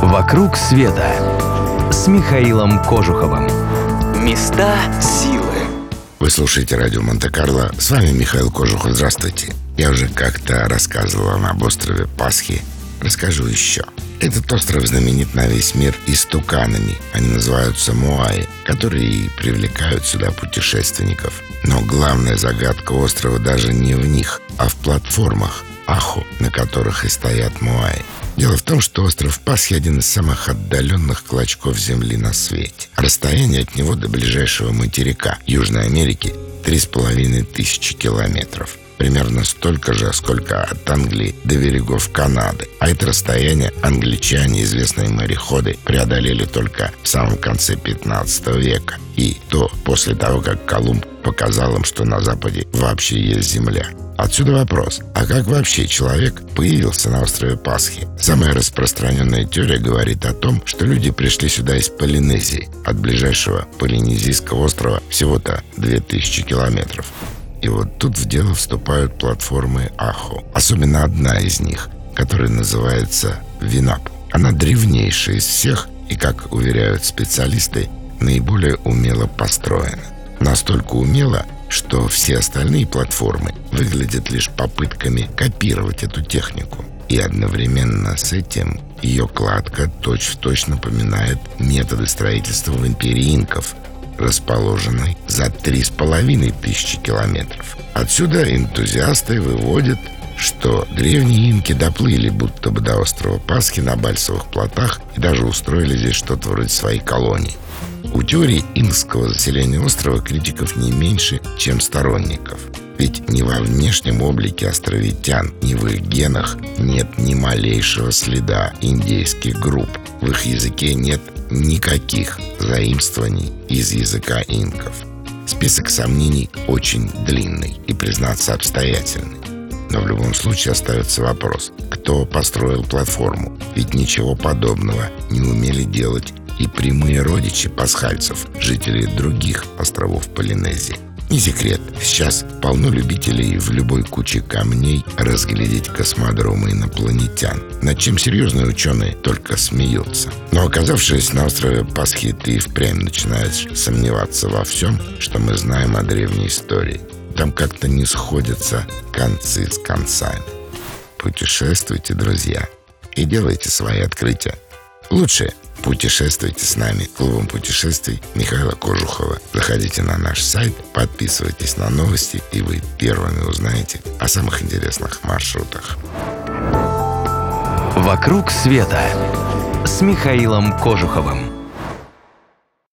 «Вокруг света» с Михаилом Кожуховым. Места силы. Вы слушаете радио Монте-Карло. С вами Михаил Кожухов. Здравствуйте. Я уже как-то рассказывал вам об острове Пасхи. Расскажу еще. Этот остров знаменит на весь мир истуканами. Они называются Моаи, которые и привлекают сюда путешественников. Но главная загадка острова даже не в них, а в платформах Аху, на которых и стоят Моаи. Дело в том, что остров Пасхи один из самых отдаленных клочков земли на свете. Расстояние от него до ближайшего материка Южной Америки 3500 километров. Примерно столько же, сколько от Англии до берегов Канады. А это расстояние англичане, известные мореходы, преодолели только в самом конце 15 века. И то после того, как Колумб показал им, что на Западе вообще есть земля. Отсюда вопрос, а как вообще человек появился на острове Пасхи? Самая распространенная теория говорит о том, что люди пришли сюда из Полинезии. От ближайшего полинезийского острова всего-то 2000 километров. И вот тут в дело вступают платформы Аху. Особенно одна из них, которая называется Винап. Она древнейшая из всех и, как уверяют специалисты, наиболее умело построена. Настолько умело, что все остальные платформы выглядят лишь попытками копировать эту технику. И одновременно с этим ее кладка точь-в-точь напоминает методы строительства в империи инков, расположенной за 3500 километров. Отсюда энтузиасты выводят, что древние инки доплыли будто бы до острова Пасхи на бальсовых плотах и даже устроили здесь что-то вроде своей колонии. У теории инкского заселения острова критиков не меньше, чем сторонников. Ведь ни во внешнем облике островитян, ни в их генах нет ни малейшего следа индейских групп. В их языке нет никаких заимствований из языка инков. Список сомнений очень длинный и, признаться, обстоятельный. Но в любом случае остается вопрос, кто построил платформу? Ведь ничего подобного не умели делать и прямые родичи пасхальцев, жителей других островов Полинезии. Не секрет, сейчас полно любителей в любой куче камней разглядеть космодромы инопланетян, над чем серьезные ученые только смеются. Но оказавшись на острове Пасхи, ты и впрямь начинаешь сомневаться во всем, что мы знаем о древней истории. Там как-то не сходятся концы с концами. Путешествуйте, друзья, и делайте свои открытия. Лучше путешествуйте с нами, клубом путешествий Михаила Кожухова. Заходите на наш сайт, подписывайтесь на новости, и вы первыми узнаете о самых интересных маршрутах. «Вокруг света» с Михаилом Кожуховым.